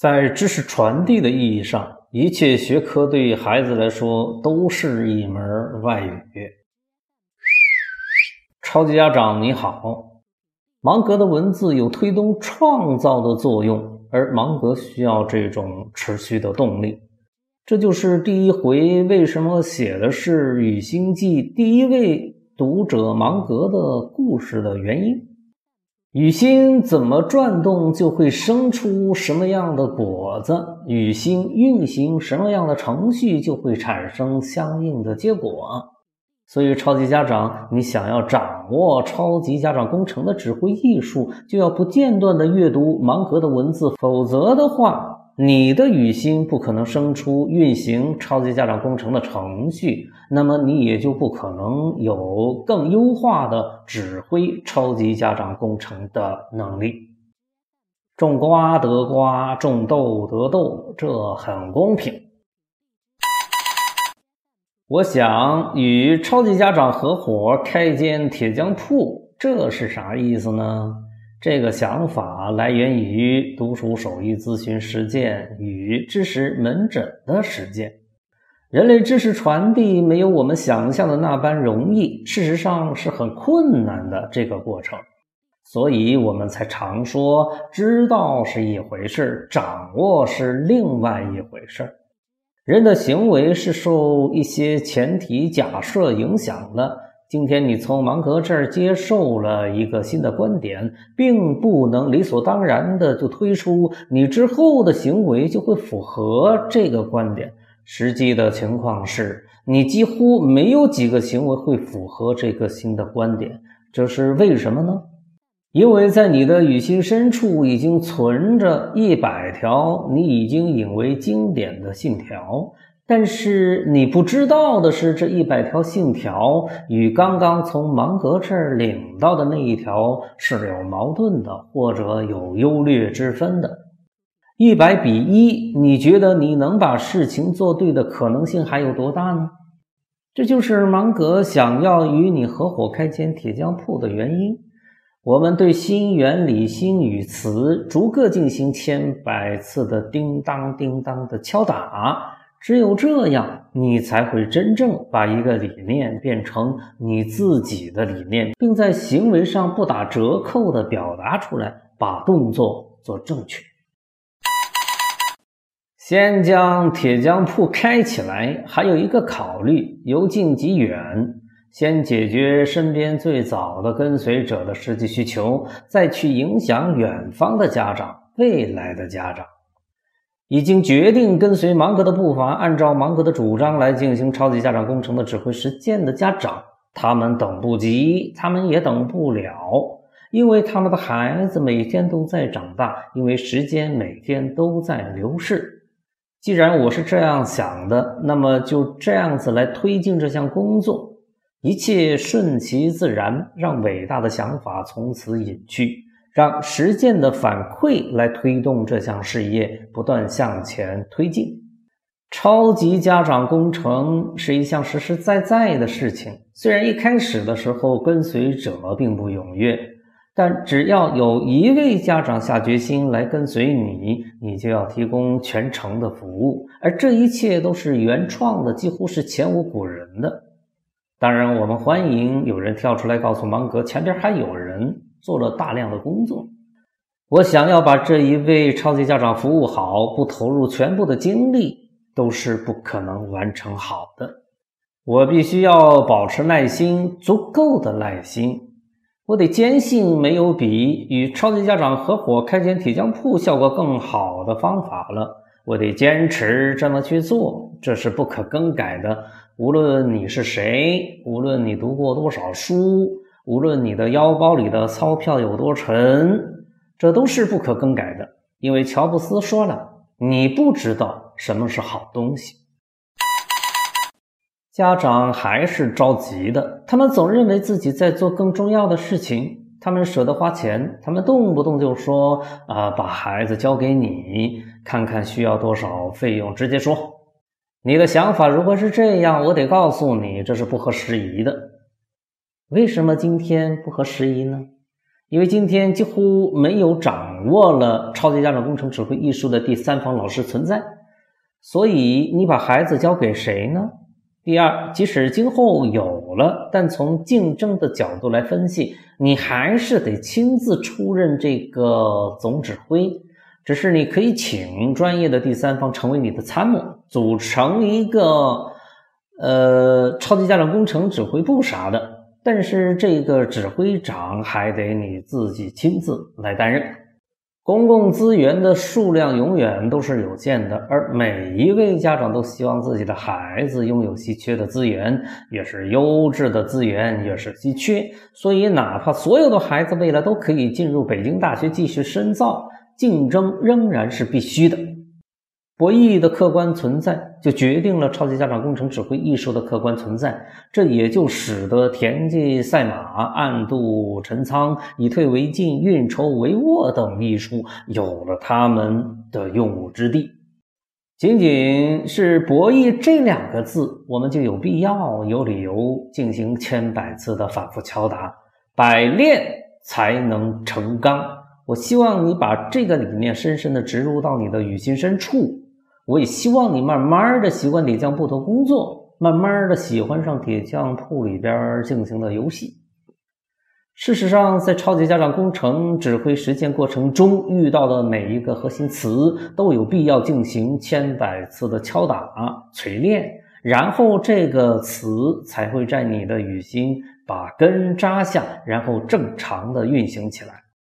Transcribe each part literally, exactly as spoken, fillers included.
在知识传递的意义上，一切学科对孩子来说都是一门外语。超级家长你好，芒格的文字有推动创造的作用，而芒格需要这种持续的动力。这就是第一回为什么写的是《雨星记》第一位读者芒格的故事的原因。雨星怎么转动就会生出什么样的果子，雨星运行什么样的程序就会产生相应的结果。所以超级家长，你想要掌握超级家长工程的指挥艺术，就要不间断地阅读芒格的文字，否则的话你的雨星不可能生出运行超级家长工程的程序，那么你也就不可能有更优化的指挥超级家长工程的能力。种瓜得瓜，种豆得豆，这很公平。我想与超级家长合伙开间铁匠铺，这是啥意思呢？这个想法来源于读书手艺咨询实践与知识门诊的实践。人类知识传递没有我们想象的那般容易，事实上是很困难的这个过程。所以我们才常说，知道是一回事，掌握是另外一回事。人的行为是受一些前提假设影响的。今天你从芒格这儿接受了一个新的观点，并不能理所当然的就推出你之后的行为就会符合这个观点。实际的情况是，你几乎没有几个行为会符合这个新的观点。这是为什么呢？因为在你的语心深处已经存着一百条你已经引为经典的信条，但是你不知道的是，这一百条信条与刚刚从芒格这儿领到的那一条是有矛盾的，或者有优劣之分的。一百比一，你觉得你能把事情做对的可能性还有多大呢？这就是芒格想要与你合伙开间铁匠铺的原因。我们对新原理、新语词逐个进行千百次的叮当叮当的敲打，只有这样，你才会真正把一个理念变成你自己的理念，并在行为上不打折扣地表达出来，把动作做正确。先将铁匠铺开起来，还有一个考虑，由近及远。先解决身边最早的跟随者的实际需求，再去影响远方的家长，未来的家长。已经决定跟随芒格的步伐，按照芒格的主张来进行超级家长工程的指挥实践的家长，他们等不及，他们也等不了，因为他们的孩子每天都在长大，因为时间每天都在流逝。既然我是这样想的，那么就这样子来推进这项工作。一切顺其自然，让伟大的想法从此隐去，让实践的反馈来推动这项事业不断向前推进。超级家长工程是一项实实在在的事情，虽然一开始的时候跟随者并不踊跃，但只要有一位家长下决心来跟随你，你就要提供全程的服务，而这一切都是原创的，几乎是前无古人的。当然我们欢迎有人跳出来告诉芒格，前边还有人做了大量的工作。我想要把这一位超级家长服务好，不投入全部的精力都是不可能完成好的。我必须要保持耐心，足够的耐心。我得坚信没有比与超级家长合伙开间铁匠铺效果更好的方法了。我得坚持这么去做，这是不可更改的。无论你是谁，无论你读过多少书，无论你的腰包里的钞票有多沉，这都是不可更改的。因为乔布斯说了，你不知道什么是好东西。家长还是着急的，他们总认为自己在做更重要的事情，他们舍得花钱，他们动不动就说啊、呃，把孩子交给你，看看需要多少费用，直接说。你的想法如果是这样，我得告诉你，这是不合时宜的。为什么今天不合时宜呢？因为今天几乎没有掌掌握了超级家长工程指挥艺术的第三方老师存在，所以你把孩子交给谁呢？第二，即使今后有了，但从竞争的角度来分析，你还是得亲自出任这个总指挥，只是你可以请专业的第三方成为你的参谋，组成一个呃超级家长工程指挥部啥的，但是这个指挥长还得你自己亲自来担任。公共资源的数量永远都是有限的，而每一位家长都希望自己的孩子拥有稀缺的资源，越是优质的资源越是稀缺，所以哪怕所有的孩子未来都可以进入北京大学继续深造，竞争仍然是必须的。博弈的客观存在就决定了超级家长工程指挥艺术的客观存在，这也就使得田忌赛马、暗度陈仓、以退为进、运筹帷幄等艺术有了他们的用武之地。仅仅是博弈这两个字，我们就有必要有理由进行千百次的反复敲打，百练才能成钢。我希望你把这个理念深深地植入到你的语心深处，我也希望你慢慢的习惯铁匠铺的工作，慢慢的喜欢上铁匠铺里边进行的游戏。事实上，在超级家长工程指挥实践过程中遇到的每一个核心词都有必要进行千百次的敲打锤炼，然后这个词才会在你的语心把根扎下，然后正常的运行起来。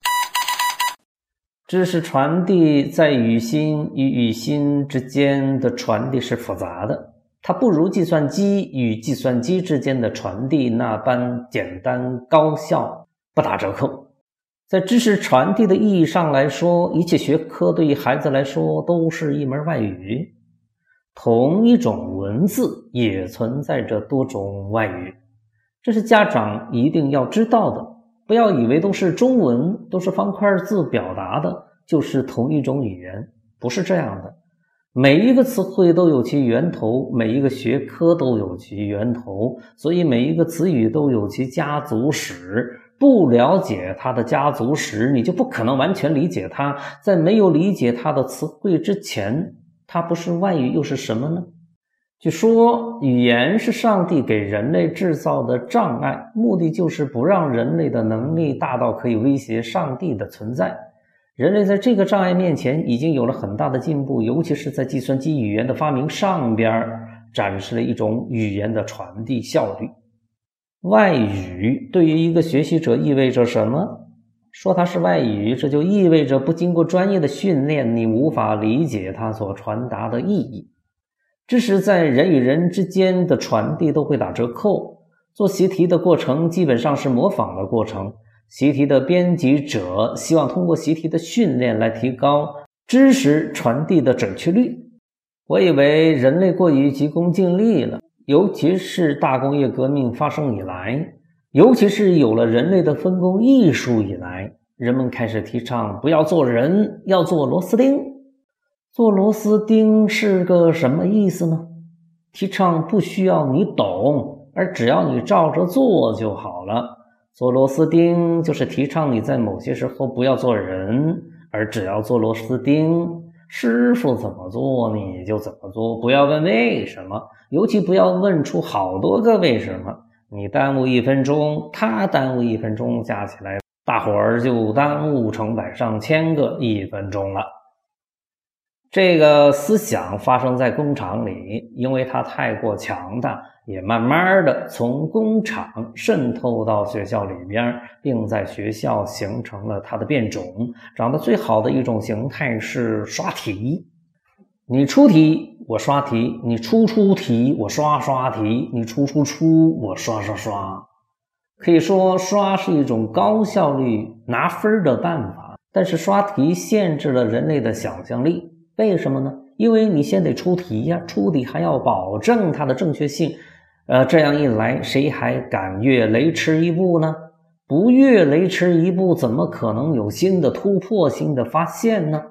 知识传递在语心与语心之间的传递是复杂的，它不如计算机与计算机之间的传递那般简单高效，不打折扣。在知识传递的意义上来说，一切学科对于孩子来说都是一门外语，同一种文字也存在着多种外语，这是家长一定要知道的。不要以为都是中文，都是方块字表达的，就是同一种语言，不是这样的。每一个词汇都有其源头，每一个学科都有其源头，所以每一个词语都有其家族史。不了解它的家族史，你就不可能完全理解它。在没有理解它的词汇之前，它不是外语又是什么呢？据说语言是上帝给人类制造的障碍，目的就是不让人类的能力大到可以威胁上帝的存在。人类在这个障碍面前已经有了很大的进步，尤其是在计算机语言的发明上边展示了一种语言的传递效率。外语对于一个学习者意味着什么？说它是外语，这就意味着不经过专业的训练，你无法理解它所传达的意义。知识在人与人之间的传递都会打折扣，做习题的过程基本上是模仿的过程，习题的编辑者希望通过习题的训练来提高知识传递的准确率。我以为人类过于急功近利了，尤其是大工业革命发生以来，尤其是有了人类的分工艺术以来，人们开始提倡不要做人，要做螺丝钉。做螺丝钉是个什么意思呢？提倡不需要你懂，而只要你照着做就好了。做螺丝钉就是提倡你在某些时候不要做人，而只要做螺丝钉。师傅怎么做你就怎么做，不要问为什么，尤其不要问出好多个为什么。你耽误一分钟，他耽误一分钟，加起来大伙儿就耽误成百上千个一分钟了。这个思想发生在工厂里，因为它太过强大，也慢慢的从工厂渗透到学校里边，并在学校形成了它的变种。长得最好的一种形态是刷题，你出题我刷题，你出出题我刷刷题，你出出出我刷刷刷。可以说刷是一种高效率拿分的办法，但是刷题限制了人类的想象力。为什么呢？因为你先得出题呀，出题还要保证它的正确性，呃，这样一来，谁还敢越雷池一步呢？不越雷池一步，怎么可能有新的突破、新的发现呢？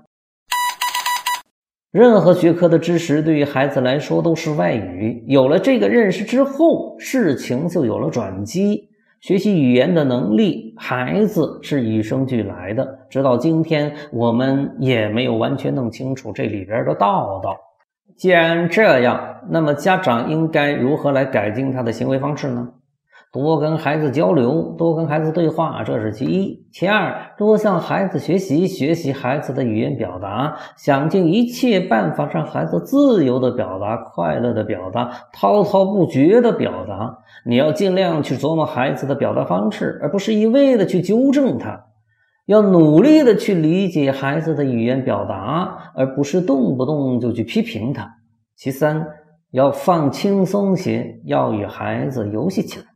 任何学科的知识对于孩子来说都是外语，有了这个认识之后，事情就有了转机。 学习语言的能力，孩子是与生俱来的，直到今天我们也没有完全弄清楚这里边的道道。既然这样，那么家长应该如何来改进他的行为方式呢？多跟孩子交流，多跟孩子对话，这是其一。其二，多向孩子学习，学习孩子的语言表达，想尽一切办法让孩子自由的表达，快乐的表达，滔滔不绝的表达。你要尽量去琢磨孩子的表达方式，而不是一味的去纠正他。要努力的去理解孩子的语言表达，而不是动不动就去批评他。其三，要放轻松些，要与孩子游戏起来。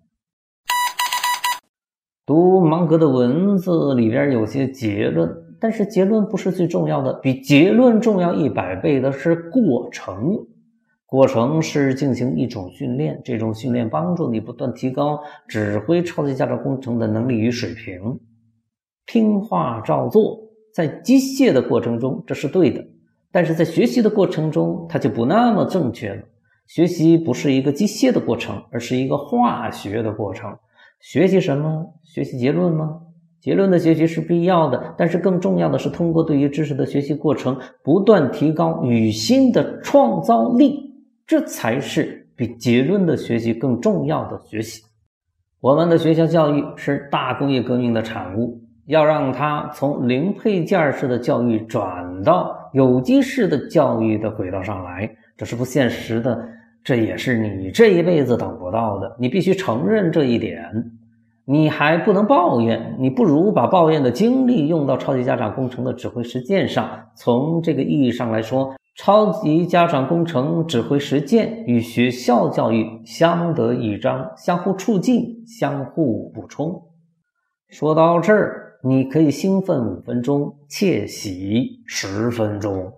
读芒格的文字里边有些结论，但是结论不是最重要的，比结论重要一百倍的是过程。过程是进行一种训练，这种训练帮助你不断提高指挥超级家长工程的能力与水平。听话照做，在机械的过程中这是对的，但是在学习的过程中它就不那么正确了。学习不是一个机械的过程，而是一个化学的过程。学习什么？学习结论吗？结论的学习是必要的，但是更重要的是通过对于知识的学习过程，不断提高语心的创造力，这才是比结论的学习更重要的学习。我们的学校教育是大工业革命的产物，要让它从零配件式的教育转到有机式的教育的轨道上来，这是不现实的，这也是你这一辈子等不到的，你必须承认这一点。你还不能抱怨，你不如把抱怨的精力用到超级家长工程的指挥实践上。从这个意义上来说，超级家长工程指挥实践与学校教育相得益彰，相互促进，相互补充。说到这儿，你可以兴奋五分钟，窃喜十分钟。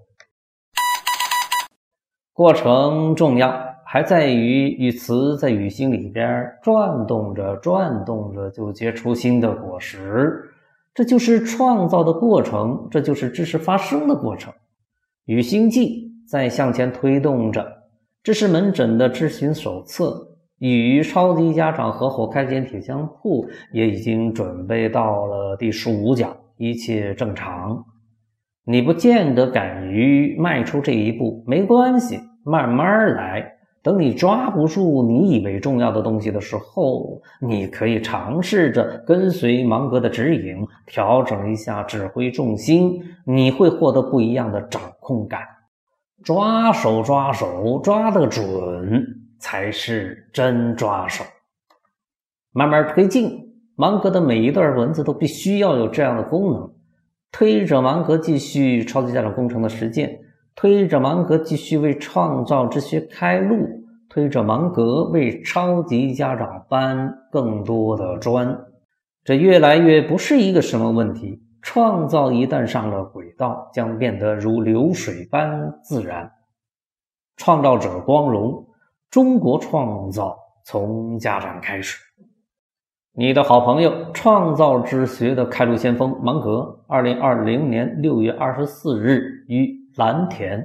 过程重要，还在于语词在语心里边转动着转动着就结出新的果实，这就是创造的过程，这就是知识发生的过程。语心记在向前推动着，知识门诊的咨询手册与超级家长合伙开建铁匠铺也已经准备到了第十五讲，一切正常。你不见得敢于迈出这一步，没关系，慢慢来。等你抓不住你以为重要的东西的时候，你可以尝试着跟随芒格的指引，调整一下指挥重心，你会获得不一样的掌控感。抓手抓手抓得准才是真抓手。慢慢推进，芒格的每一段文字都必须要有这样的功能，推着芒格继续超级家长工程的实践，推着芒格继续为创造之学开路，推着芒格为超级家长搬更多的砖。这越来越不是一个什么问题，创造一旦上了轨道，将变得如流水般自然。创造者光荣，中国创造从家长开始。你的好朋友，创造之学的开路先锋芒格，二零二零年六月二十四日于蓝田。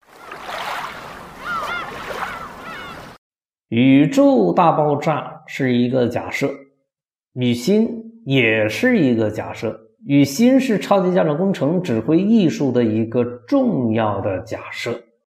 宇宙大爆炸是一个假设，语心也是一个假设，语心是超级家长工程指挥艺术的一个重要的假设。